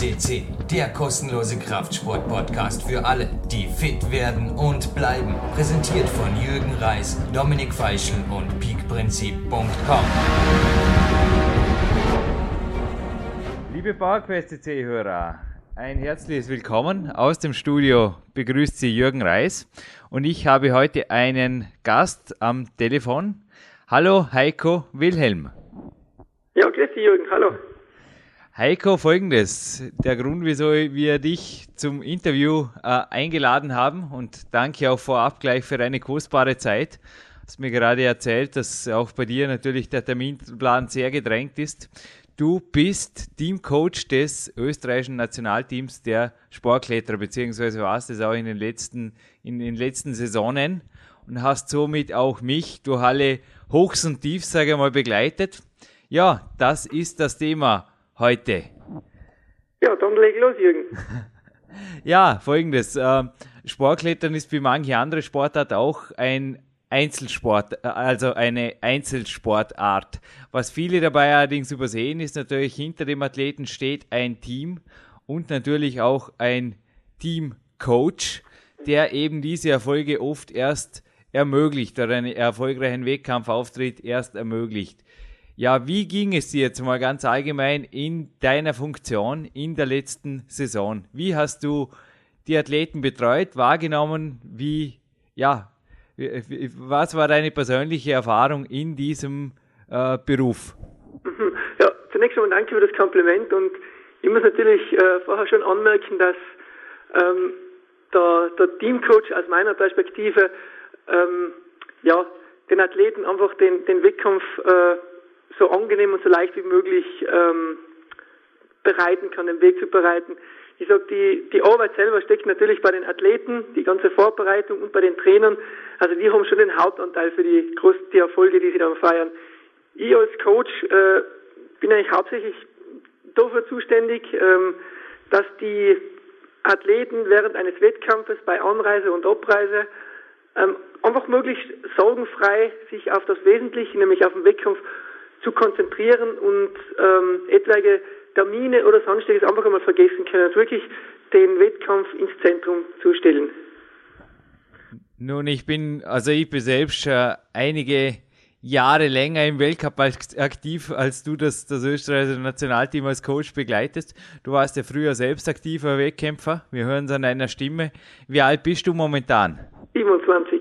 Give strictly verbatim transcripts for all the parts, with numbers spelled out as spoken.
C C, der kostenlose Kraftsport-Podcast für alle, die fit werden und bleiben. Präsentiert von Jürgen Reis, Dominik Feischl und peakprinzip punkt com. Liebe PowerQuest C C-Hörer, ein herzliches Willkommen. Aus dem Studio begrüßt Sie Jürgen Reis und ich habe heute einen Gast am Telefon. Hallo Heiko Wilhelm. Ja, grüß dich Jürgen, hallo. Heiko, folgendes, der Grund, wieso wir dich zum Interview äh, eingeladen haben, und danke auch vorab gleich für deine kostbare Zeit. Du hast mir gerade erzählt, dass auch bei dir natürlich der Terminplan sehr gedrängt ist. Du bist Teamcoach des österreichischen Nationalteams der Sportkletterer, beziehungsweise warst es auch in den letzten, in den letzten Saisonen und hast somit auch mich durch alle Hochs und Tiefs, sage ich mal, begleitet. Ja, das ist das Thema heute. Ja, dann leg los, Jürgen. Ja, folgendes. Äh, Sportklettern ist wie manche andere Sportart auch ein Einzelsport, also eine Einzelsportart. Was viele dabei allerdings übersehen, ist natürlich, hinter dem Athleten steht ein Team und natürlich auch ein Teamcoach, der eben diese Erfolge oft erst ermöglicht oder einen erfolgreichen Wettkampfauftritt erst ermöglicht. Ja, wie ging es dir jetzt mal ganz allgemein in deiner Funktion in der letzten Saison? Wie hast du die Athleten betreut, wahrgenommen? Wie, ja, was war deine persönliche Erfahrung in diesem äh, Beruf? Ja, zunächst einmal danke für das Kompliment, und ich muss natürlich äh, vorher schon anmerken, dass ähm, der, der Teamcoach aus meiner Perspektive ähm, ja, den Athleten einfach den, den Wettkampf äh, so angenehm und so leicht wie möglich ähm, bereiten kann, den Weg zu bereiten. Ich sage, die, die Arbeit selber steckt natürlich bei den Athleten, die ganze Vorbereitung, und bei den Trainern. Also die haben schon den Hauptanteil für die großen die Erfolge, die sie dann feiern. Ich als Coach äh, bin eigentlich hauptsächlich dafür zuständig, ähm, dass die Athleten während eines Wettkampfes bei Anreise und Abreise ähm, einfach möglichst sorgenfrei sich auf das Wesentliche, nämlich auf den Wettkampf, zu konzentrieren und ähm, etwaige Termine oder sonstiges einfach einmal vergessen können und wirklich den Wettkampf ins Zentrum zu stellen. Nun, ich bin, also ich bin selbst schon einige Jahre länger im Weltcup aktiv, als du das, das österreichische Nationalteam als Coach begleitest. Du warst ja früher selbst aktiver Wettkämpfer. Wir hören es an deiner Stimme. Wie alt bist du momentan? siebenundzwanzig.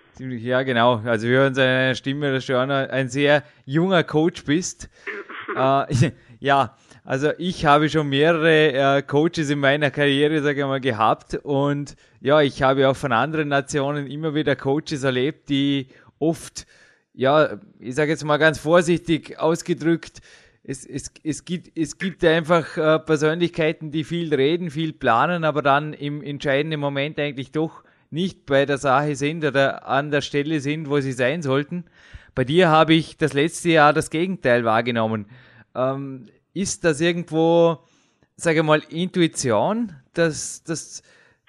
Ja, genau. Also wir hören es an deiner Stimme, dass du auch noch ein sehr junger Coach bist. äh, ja, also ich habe schon mehrere äh, Coaches in meiner Karriere, sage ich mal, gehabt, und ja, ich habe auch von anderen Nationen immer wieder Coaches erlebt, die oft, ja, ich sage jetzt mal ganz vorsichtig ausgedrückt, es, es, es, gibt, es gibt einfach äh, Persönlichkeiten, die viel reden, viel planen, aber dann im entscheidenden Moment eigentlich doch nicht bei der Sache sind oder an der Stelle sind, wo sie sein sollten. Bei dir habe ich das letzte Jahr das Gegenteil wahrgenommen. Ähm, ist das irgendwo, sage ich mal, Intuition, dass, dass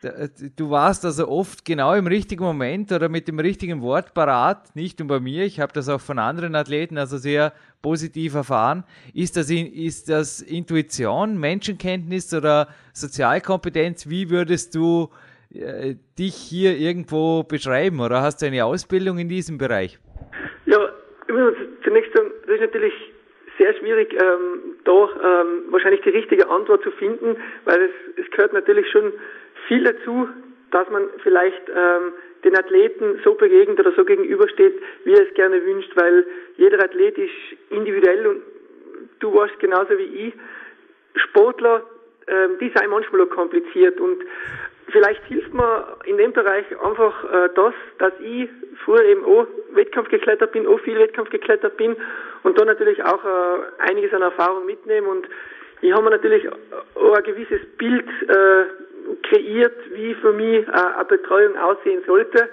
du warst also oft genau im richtigen Moment oder mit dem richtigen Wort parat, nicht nur bei mir, ich habe das auch von anderen Athleten also sehr positiv erfahren. Ist das, ist das Intuition, Menschenkenntnis oder Sozialkompetenz? Wie würdest du äh, dich hier irgendwo beschreiben, oder hast du eine Ausbildung in diesem Bereich? Ja, ich muss zunächst sagen, das ist natürlich sehr schwierig, ähm, da ähm, wahrscheinlich die richtige Antwort zu finden, weil es, es gehört natürlich schon viel dazu, dass man vielleicht ähm, den Athleten so begegnet oder so gegenübersteht, wie er es gerne wünscht, weil jeder Athlet ist individuell, und du warst genauso wie ich Sportler, ähm, die sind manchmal auch kompliziert, und vielleicht hilft mir in dem Bereich einfach äh, das, dass ich früher eben auch Wettkampf geklettert bin, auch viel Wettkampf geklettert bin und da natürlich auch äh, einiges an Erfahrung mitnehme, und ich habe mir natürlich auch ein gewisses Bild äh, kreiert, wie für mich äh, eine Betreuung aussehen sollte,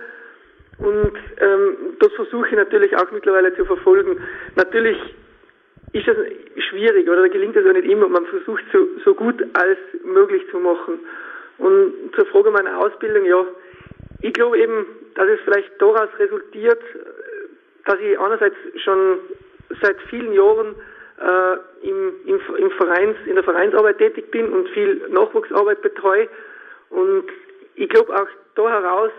und ähm, das versuche ich natürlich auch mittlerweile zu verfolgen. Natürlich ist das schwierig, oder da gelingt es auch nicht immer, man versucht so, so gut als möglich zu machen. Und zur Frage meiner Ausbildung, ja, ich glaube eben, dass es vielleicht daraus resultiert, dass ich einerseits schon seit vielen Jahren äh, im, im, im Vereins, in der Vereinsarbeit tätig bin und viel Nachwuchsarbeit betreue. Und ich glaube auch da heraus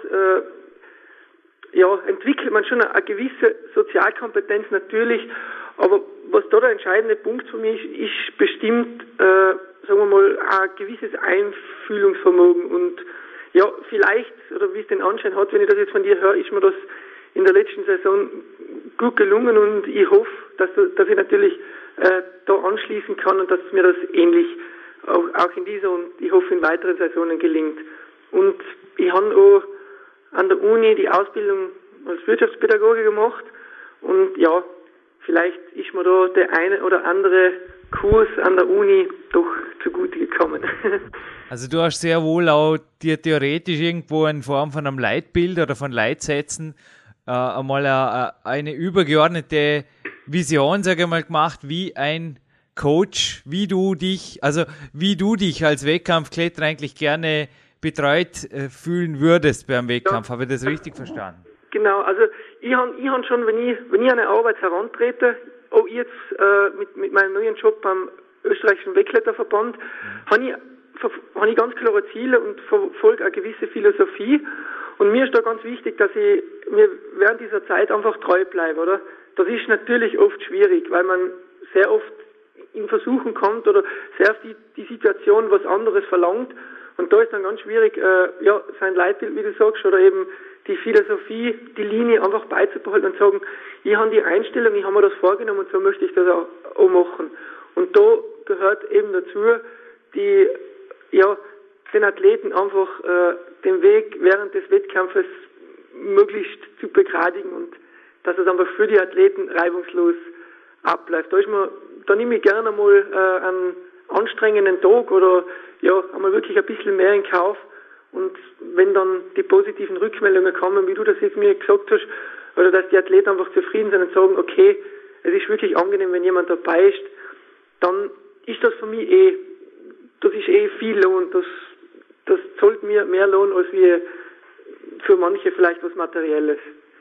äh, ja, entwickelt man schon eine, eine gewisse Sozialkompetenz natürlich, aber was da der entscheidende Punkt für mich ist, ist bestimmt, äh, sagen wir mal, ein gewisses Einfühlungsvermögen. Und ja, vielleicht, oder wie es den Anschein hat, wenn ich das jetzt von dir höre, ist mir das in der letzten Saison gut gelungen und ich hoffe, dass, dass ich natürlich äh, da anschließen kann und dass mir das ähnlich auch, auch in dieser und ich hoffe in weiteren Saisonen gelingt. Und ich habe auch an der Uni die Ausbildung als Wirtschaftspädagoge gemacht und ja, vielleicht ist mir da der eine oder andere Kurs an der Uni doch zugute gekommen. Also du hast sehr wohl auch dir theoretisch irgendwo in Form von einem Leitbild oder von Leitsätzen äh, einmal eine, eine übergeordnete Vision, sage ich mal, gemacht, wie ein Coach, wie du dich, also wie du dich als Wettkampfkletterer eigentlich gerne betreut äh, fühlen würdest beim Wettkampf. Ja. Habe ich das richtig verstanden? Genau, also ich habe ich hab schon, wenn ich, wenn ich an eine Arbeit herantrete, auch jetzt äh, mit, mit meinem neuen Job beim österreichischen Wegkletterverband, mhm. habe ich, hab ich ganz klare Ziele und verfolge eine gewisse Philosophie. Und mir ist da ganz wichtig, dass ich mir während dieser Zeit einfach treu bleibe, oder? Das ist natürlich oft schwierig, weil man sehr oft in Versuchen kommt oder sehr oft die, die Situation was anderes verlangt. Und da ist dann ganz schwierig, äh, ja, sein Leitbild, wie du sagst, oder eben die Philosophie, die Linie einfach beizubehalten und sagen, ich habe die Einstellung, ich habe mir das vorgenommen und so möchte ich das auch, auch machen. Und da gehört eben dazu, die, ja, den Athleten einfach äh, den Weg während des Wettkampfes möglichst zu begradigen und dass es einfach für die Athleten reibungslos abläuft. Da ist mir, da nehme ich gerne mal äh, einen anstrengenden Tag oder ja, einmal wirklich ein bisschen mehr in Kauf. Und wenn dann die positiven Rückmeldungen kommen, wie du das jetzt mir gesagt hast, oder dass die Athleten einfach zufrieden sind und sagen, okay, es ist wirklich angenehm, wenn jemand dabei ist, dann ist das für mich eh, das ist eh viel Lohn. Das, das zollt mir mehr Lohn als wie für manche vielleicht was Materielles.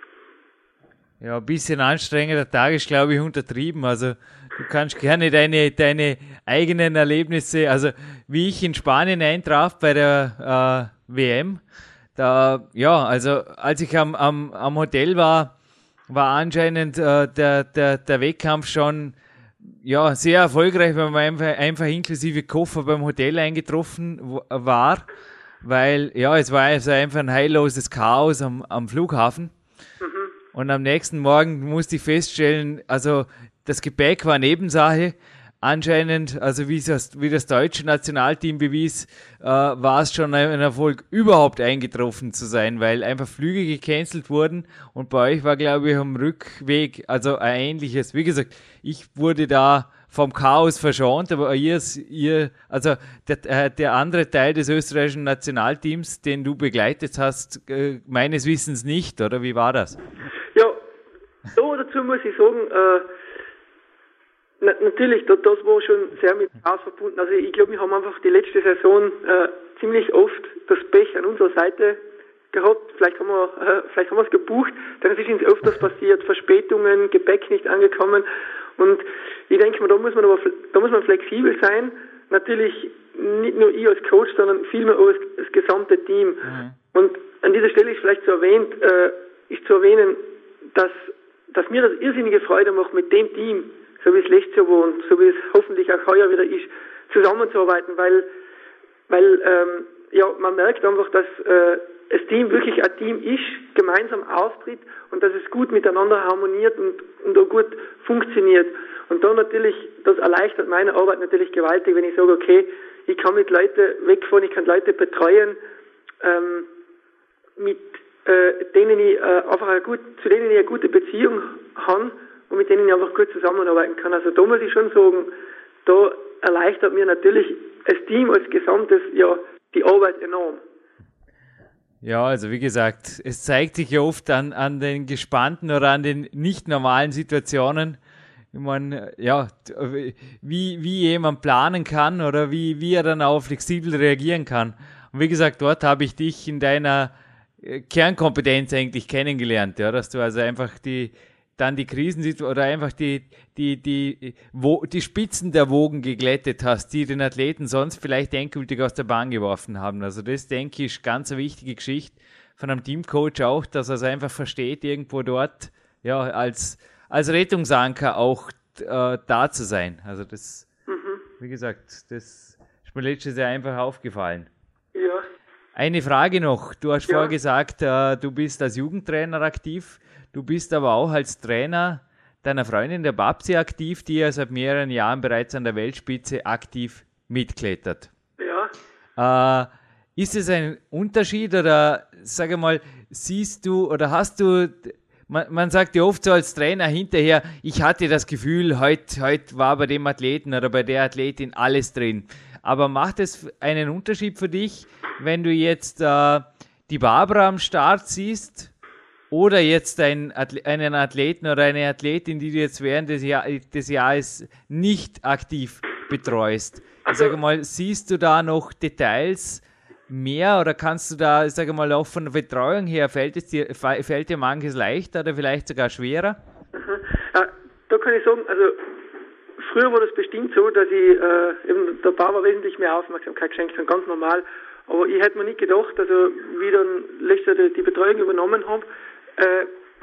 Ja, ein bisschen anstrengender Tag ist, glaube ich, untertrieben. Also du kannst gerne deine, deine eigenen Erlebnisse, also wie ich in Spanien eintraf bei der äh, W M, da, ja, also als ich am, am, am Hotel war, war anscheinend äh, der, der, der Wettkampf schon ja, sehr erfolgreich, weil man einfach, einfach inklusive Koffer beim Hotel eingetroffen w- war, weil ja, es war also einfach ein heilloses Chaos am, am Flughafen. Mhm. Und am nächsten Morgen musste ich feststellen, also das Gepäck war Nebensache. Anscheinend, also wie das, wie das deutsche Nationalteam bewies, äh, war es schon ein Erfolg, überhaupt eingetroffen zu sein, weil einfach Flüge gecancelt wurden und bei euch war, glaube ich, am Rückweg, also ein ähnliches. Wie gesagt, ich wurde da vom Chaos verschont, aber ihr, ihr also der, der andere Teil des österreichischen Nationalteams, den du begleitet hast, äh, meines Wissens nicht, oder wie war das? Ja, so dazu muss ich sagen, äh, Na, natürlich, das, das war schon sehr mit Chaos verbunden. Also ich glaube, wir haben einfach die letzte Saison äh, ziemlich oft das Pech an unserer Seite gehabt. Vielleicht haben wir äh, vielleicht haben wir es gebucht, dann ist uns öfters passiert, Verspätungen, Gepäck nicht angekommen. Und ich denke mal, da muss man aber da muss man flexibel sein. Natürlich nicht nur ich als Coach, sondern vielmehr auch das, das gesamte Team. Mhm. Und an dieser Stelle ist vielleicht zu erwähnt, äh, ist zu erwähnen, dass dass mir das irrsinnige Freude macht, mit dem Team, so wie es letztes Jahr war und so wie es hoffentlich auch heuer wieder ist, zusammenzuarbeiten, weil weil ähm, ja man merkt einfach, dass äh, das Team wirklich ein Team ist, gemeinsam auftritt und dass es gut miteinander harmoniert und, und auch gut funktioniert. Und da natürlich, das erleichtert meine Arbeit natürlich gewaltig, wenn ich sage, okay, ich kann mit Leuten wegfahren, ich kann Leute betreuen, ähm, mit äh, denen ich äh, einfach eine gut, zu denen ich eine gute Beziehung habe und mit denen ich einfach gut zusammenarbeiten kann. Also da muss ich schon sagen, da erleichtert mir natürlich das Team als Gesamtes ja die Arbeit enorm. Ja, also wie gesagt, es zeigt sich ja oft an, an den gespannten oder an den nicht normalen Situationen, ich meine, ja, wie, wie jemand planen kann oder wie, wie er dann auch flexibel reagieren kann. Und wie gesagt, dort habe ich dich in deiner Kernkompetenz eigentlich kennengelernt, ja, dass du also einfach die dann die Krisensituation oder einfach die, die, die, wo, die Spitzen der Wogen geglättet hast, die den Athleten sonst vielleicht endgültig aus der Bahn geworfen haben. Also das, denke ich, ist ganz eine wichtige Geschichte von einem Teamcoach auch, dass er es einfach versteht, irgendwo dort ja als, als Rettungsanker auch äh, da zu sein. Also das, mhm. wie gesagt, das ist mir letztes Jahr einfach aufgefallen. Ja. Eine Frage noch. Du hast ja. vorher gesagt, äh, du bist als Jugendtrainer aktiv. Du bist aber auch als Trainer deiner Freundin, der Babsi, aktiv, die ja seit mehreren Jahren bereits an der Weltspitze aktiv mitklettert. Ja. Äh, ist es ein Unterschied oder, sage mal, siehst du oder hast du, man, man sagt ja oft so als Trainer hinterher, ich hatte das Gefühl, heute heut war bei dem Athleten oder bei der Athletin alles drin. Aber macht es einen Unterschied für dich, wenn du jetzt äh, die Barbara am Start siehst oder jetzt ein, einen Athleten oder eine Athletin, die du jetzt während des, Jahr, des Jahres nicht aktiv betreust? Ich sage mal, siehst du da noch Details mehr oder kannst du da, ich sage mal, auch von der Betreuung her, fällt, es dir, fällt dir manches leichter oder vielleicht sogar schwerer? Mhm. Ja, da kann ich sagen, also früher war das bestimmt so, dass ich äh, eben der Barbara wesentlich mehr Aufmerksamkeit geschenkt habe, ganz normal. Aber ich hätte mir nicht gedacht, also wie dann letztes Jahr die Betreuung übernommen habe, äh,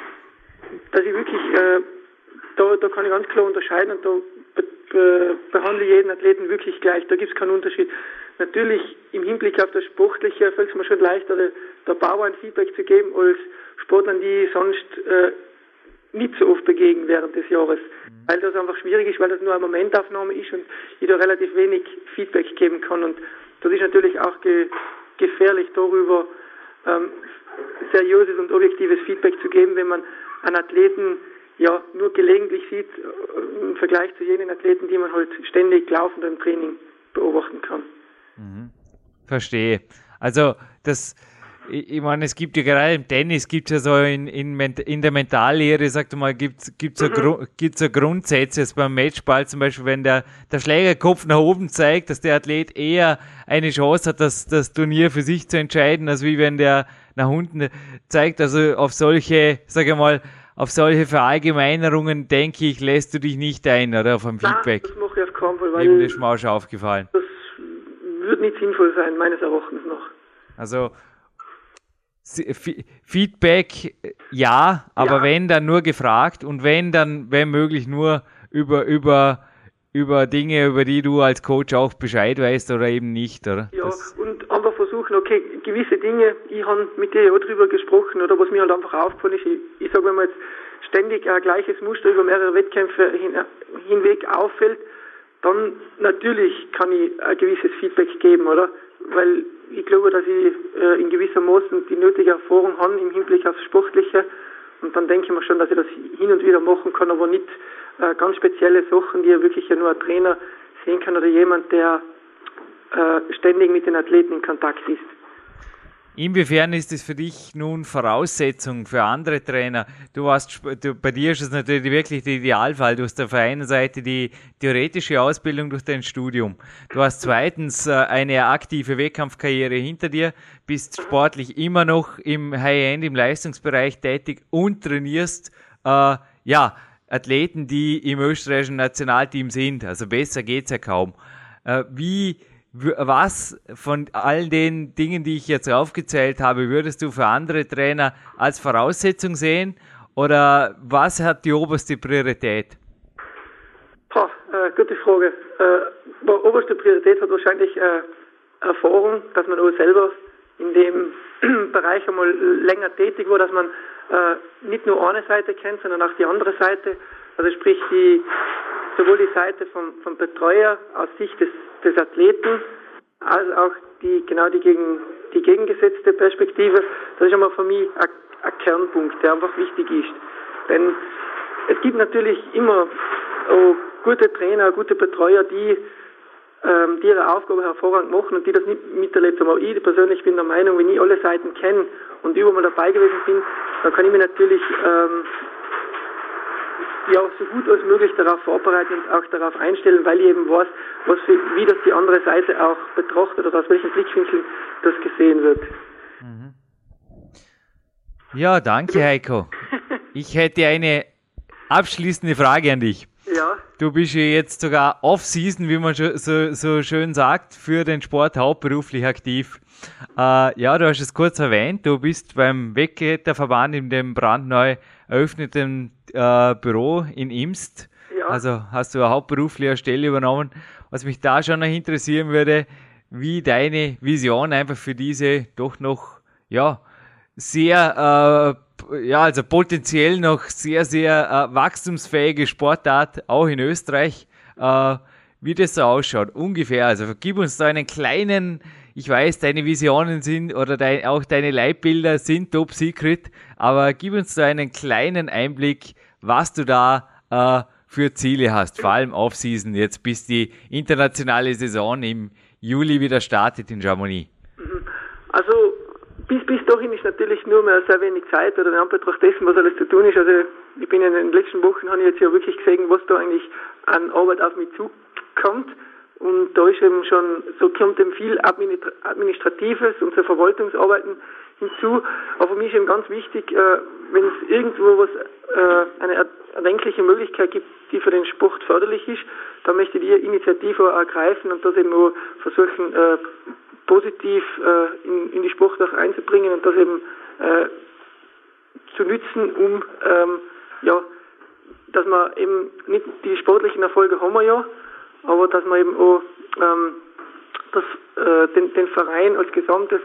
dass ich wirklich, äh, da, da kann ich ganz klar unterscheiden und da be, be, behandle ich jeden Athleten wirklich gleich, da gibt es keinen Unterschied. Natürlich im Hinblick auf das Sportliche fällt es mir schon leichter, der, der Barbara ein Feedback zu geben, als Sportlern, die sonst äh, nicht so oft begegnen während des Jahres, mhm. weil das einfach schwierig ist, weil das nur eine Momentaufnahme ist und ich da relativ wenig Feedback geben kann und das ist natürlich auch ge- gefährlich darüber, ähm, seriöses und objektives Feedback zu geben, wenn man einen Athleten ja nur gelegentlich sieht, äh, im Vergleich zu jenen Athleten, die man halt ständig laufend im Training beobachten kann. Mhm. Verstehe. Also das Ich, ich meine, es gibt ja gerade im Tennis, gibt es ja so in, in, in der Mentallehre, sagt mal, gibt es so, Gru, so Grundsätze, jetzt beim Matchball zum Beispiel, wenn der, der Schlägerkopf nach oben zeigt, dass der Athlet eher eine Chance hat, das, das Turnier für sich zu entscheiden, als wie wenn der nach unten zeigt. Also auf solche, sage ich mal, auf solche Verallgemeinerungen, denke ich, lässt du dich nicht ein, oder auf ein Feedback? Nein, das mache ich auf keinen Fall, weil eben das ist mir auch schon aufgefallen. Das wird nicht sinnvoll sein, meines Erachtens noch. Also Feedback, ja, aber ja. wenn, dann nur gefragt und wenn, dann, wenn möglich, nur über, über, über Dinge, über die du als Coach auch Bescheid weißt oder eben nicht, oder? Ja, das und einfach versuchen, okay, gewisse Dinge, ich habe mit dir ja drüber gesprochen, oder was mir halt einfach aufgefallen ist, ich, ich sage, wenn man jetzt ständig ein gleiches Muster über mehrere Wettkämpfe hin, hinweg auffällt, dann natürlich kann ich ein gewisses Feedback geben, oder? Weil ich glaube, dass ich äh, in gewisser Maßen die nötige Erfahrung habe im Hinblick aufs Sportliche und dann denke ich mir schon, dass ich das hin und wieder machen kann, aber nicht äh, ganz spezielle Sachen, die ja wirklich ja nur ein Trainer sehen kann oder jemand, der äh, ständig mit den Athleten in Kontakt ist. Inwiefern ist es für dich nun Voraussetzung für andere Trainer? Du hast, du, bei dir ist es natürlich wirklich der Idealfall. Du hast auf der einen Seite die theoretische Ausbildung durch dein Studium. Du hast zweitens äh, eine aktive Wettkampfkarriere hinter dir, bist sportlich immer noch im High-End, im Leistungsbereich tätig und trainierst, äh, ja, Athleten, die im österreichischen Nationalteam sind. Also besser geht's ja kaum. Äh, wie Was von all den Dingen, die ich jetzt aufgezählt habe, würdest du für andere Trainer als Voraussetzung sehen? Oder was hat die oberste Priorität? Ha, äh, gute Frage. Äh, oberste Priorität hat wahrscheinlich äh, Erfahrung, dass man auch selber in dem Bereich einmal länger tätig war, dass man äh, nicht nur eine Seite kennt, sondern auch die andere Seite. Also sprich die sowohl die Seite vom, vom Betreuer aus Sicht des, des Athleten, als auch die genau die gegen die gegengesetzte Perspektive. Das ist einmal für mich ein, ein Kernpunkt, der einfach wichtig ist. Denn es gibt natürlich immer auch gute Trainer, gute Betreuer, die, ähm, die ihre Aufgabe hervorragend machen und die das nicht miterlebt haben. Aber ich persönlich bin der Meinung, wenn ich alle Seiten kenne und überall dabei gewesen bin, dann kann ich mich natürlich ähm, ja, so gut als möglich darauf vorbereiten und auch darauf einstellen, weil ich eben weiß, was für, wie das die andere Seite auch betrachtet oder aus welchem Blickwinkel das gesehen wird. Ja, danke Heiko. Ich hätte eine abschließende Frage an dich. Ja. Du bist ja jetzt sogar Off-Season, wie man schon so, so schön sagt, für den Sport hauptberuflich aktiv. Äh, ja, du hast es kurz erwähnt, du bist beim Wegkletterverband in dem brandneu eröffneten äh, Büro in Imst. Ja. Also hast du eine hauptberufliche Stelle übernommen. Was mich da schon noch interessieren würde, wie deine Vision einfach für diese doch noch, ja, sehr, äh, ja, also potenziell noch sehr, sehr äh, wachstumsfähige Sportart, auch in Österreich, äh, wie das so ausschaut, ungefähr. Also gib uns da einen kleinen, ich weiß, deine Visionen sind oder dein, auch deine Leitbilder sind top secret, aber gib uns da einen kleinen Einblick, was du da äh, für Ziele hast, vor allem Off-Season, jetzt bis die internationale Saison im Juli wieder startet in Chamonix. Also bis, bis dahin ist natürlich nur mehr sehr wenig Zeit oder in Anbetracht dessen, was alles zu tun ist. Also ich bin in den letzten Wochen, habe ich jetzt ja wirklich gesehen, was da eigentlich an Arbeit auf mich zukommt. Und da ist eben schon, so kommt eben viel Administratives und so Verwaltungsarbeiten hinzu. Aber für mich ist eben ganz wichtig, äh, wenn es irgendwo was, äh, eine erdenkliche Möglichkeit gibt, die für den Sport förderlich ist, dann möchte ich die Initiative ergreifen und das eben auch versuchen, äh, positiv äh, in, in die Sportart einzubringen und das eben äh, zu nützen, um ähm, ja, dass man eben nicht die sportlichen Erfolge haben wir ja, aber dass man eben auch ähm, das, äh, den, den Verein als Gesamtes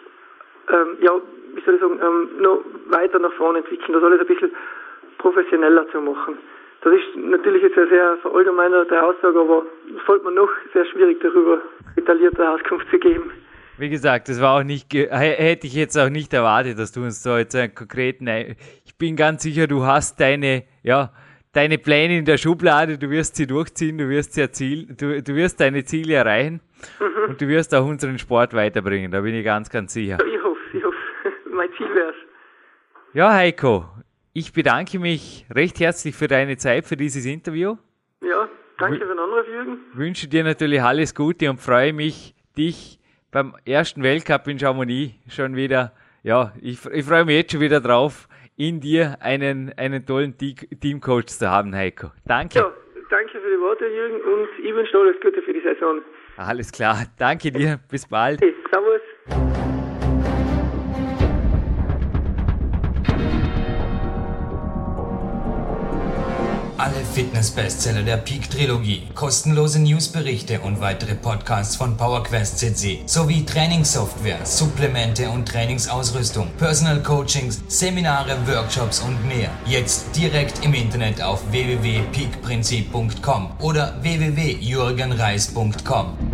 ähm, ja, wie soll ich sagen, ähm, noch weiter nach vorne entwickeln, das alles ein bisschen professioneller zu machen. Das ist natürlich jetzt eine sehr verallgemeinerte Aussage, aber es fällt mir noch sehr schwierig, darüber detaillierte Auskunft zu geben. Wie gesagt, das war auch nicht, ge- hätte ich jetzt auch nicht erwartet, dass du uns da jetzt einen konkreten, ich bin ganz sicher, du hast deine, ja, deine Pläne in der Schublade, du wirst sie durchziehen, du wirst sie erzielen, du, du wirst deine Ziele erreichen mhm. und du wirst auch unseren Sport weiterbringen, da bin ich ganz, ganz sicher. Ich hoffe, ich hoffe, mein Ziel wäre es. Ja, Heiko, ich bedanke mich recht herzlich für deine Zeit, für dieses Interview. Ja, danke für den Anruf, Jürgen. Wünsche dir natürlich alles Gute und freue mich, dich beim ersten Weltcup in Chamonix schon wieder, ja, ich, ich freue mich jetzt schon wieder drauf, in dir einen, einen tollen Teamcoach zu haben, Heiko. Danke. Ja, danke für die Worte, Jürgen, und ich wünsche alles Gute für die Saison. Alles klar, danke dir, bis bald. Hey, servus. Alle Fitness-Bestseller der Peak-Trilogie, kostenlose Newsberichte und weitere Podcasts von PowerQuest C C sowie Trainingssoftware, Supplemente und Trainingsausrüstung, Personal Coachings, Seminare, Workshops und mehr. Jetzt direkt im Internet auf w w w punkt peak prinzip punkt com oder w w w punkt jürgen reis punkt com.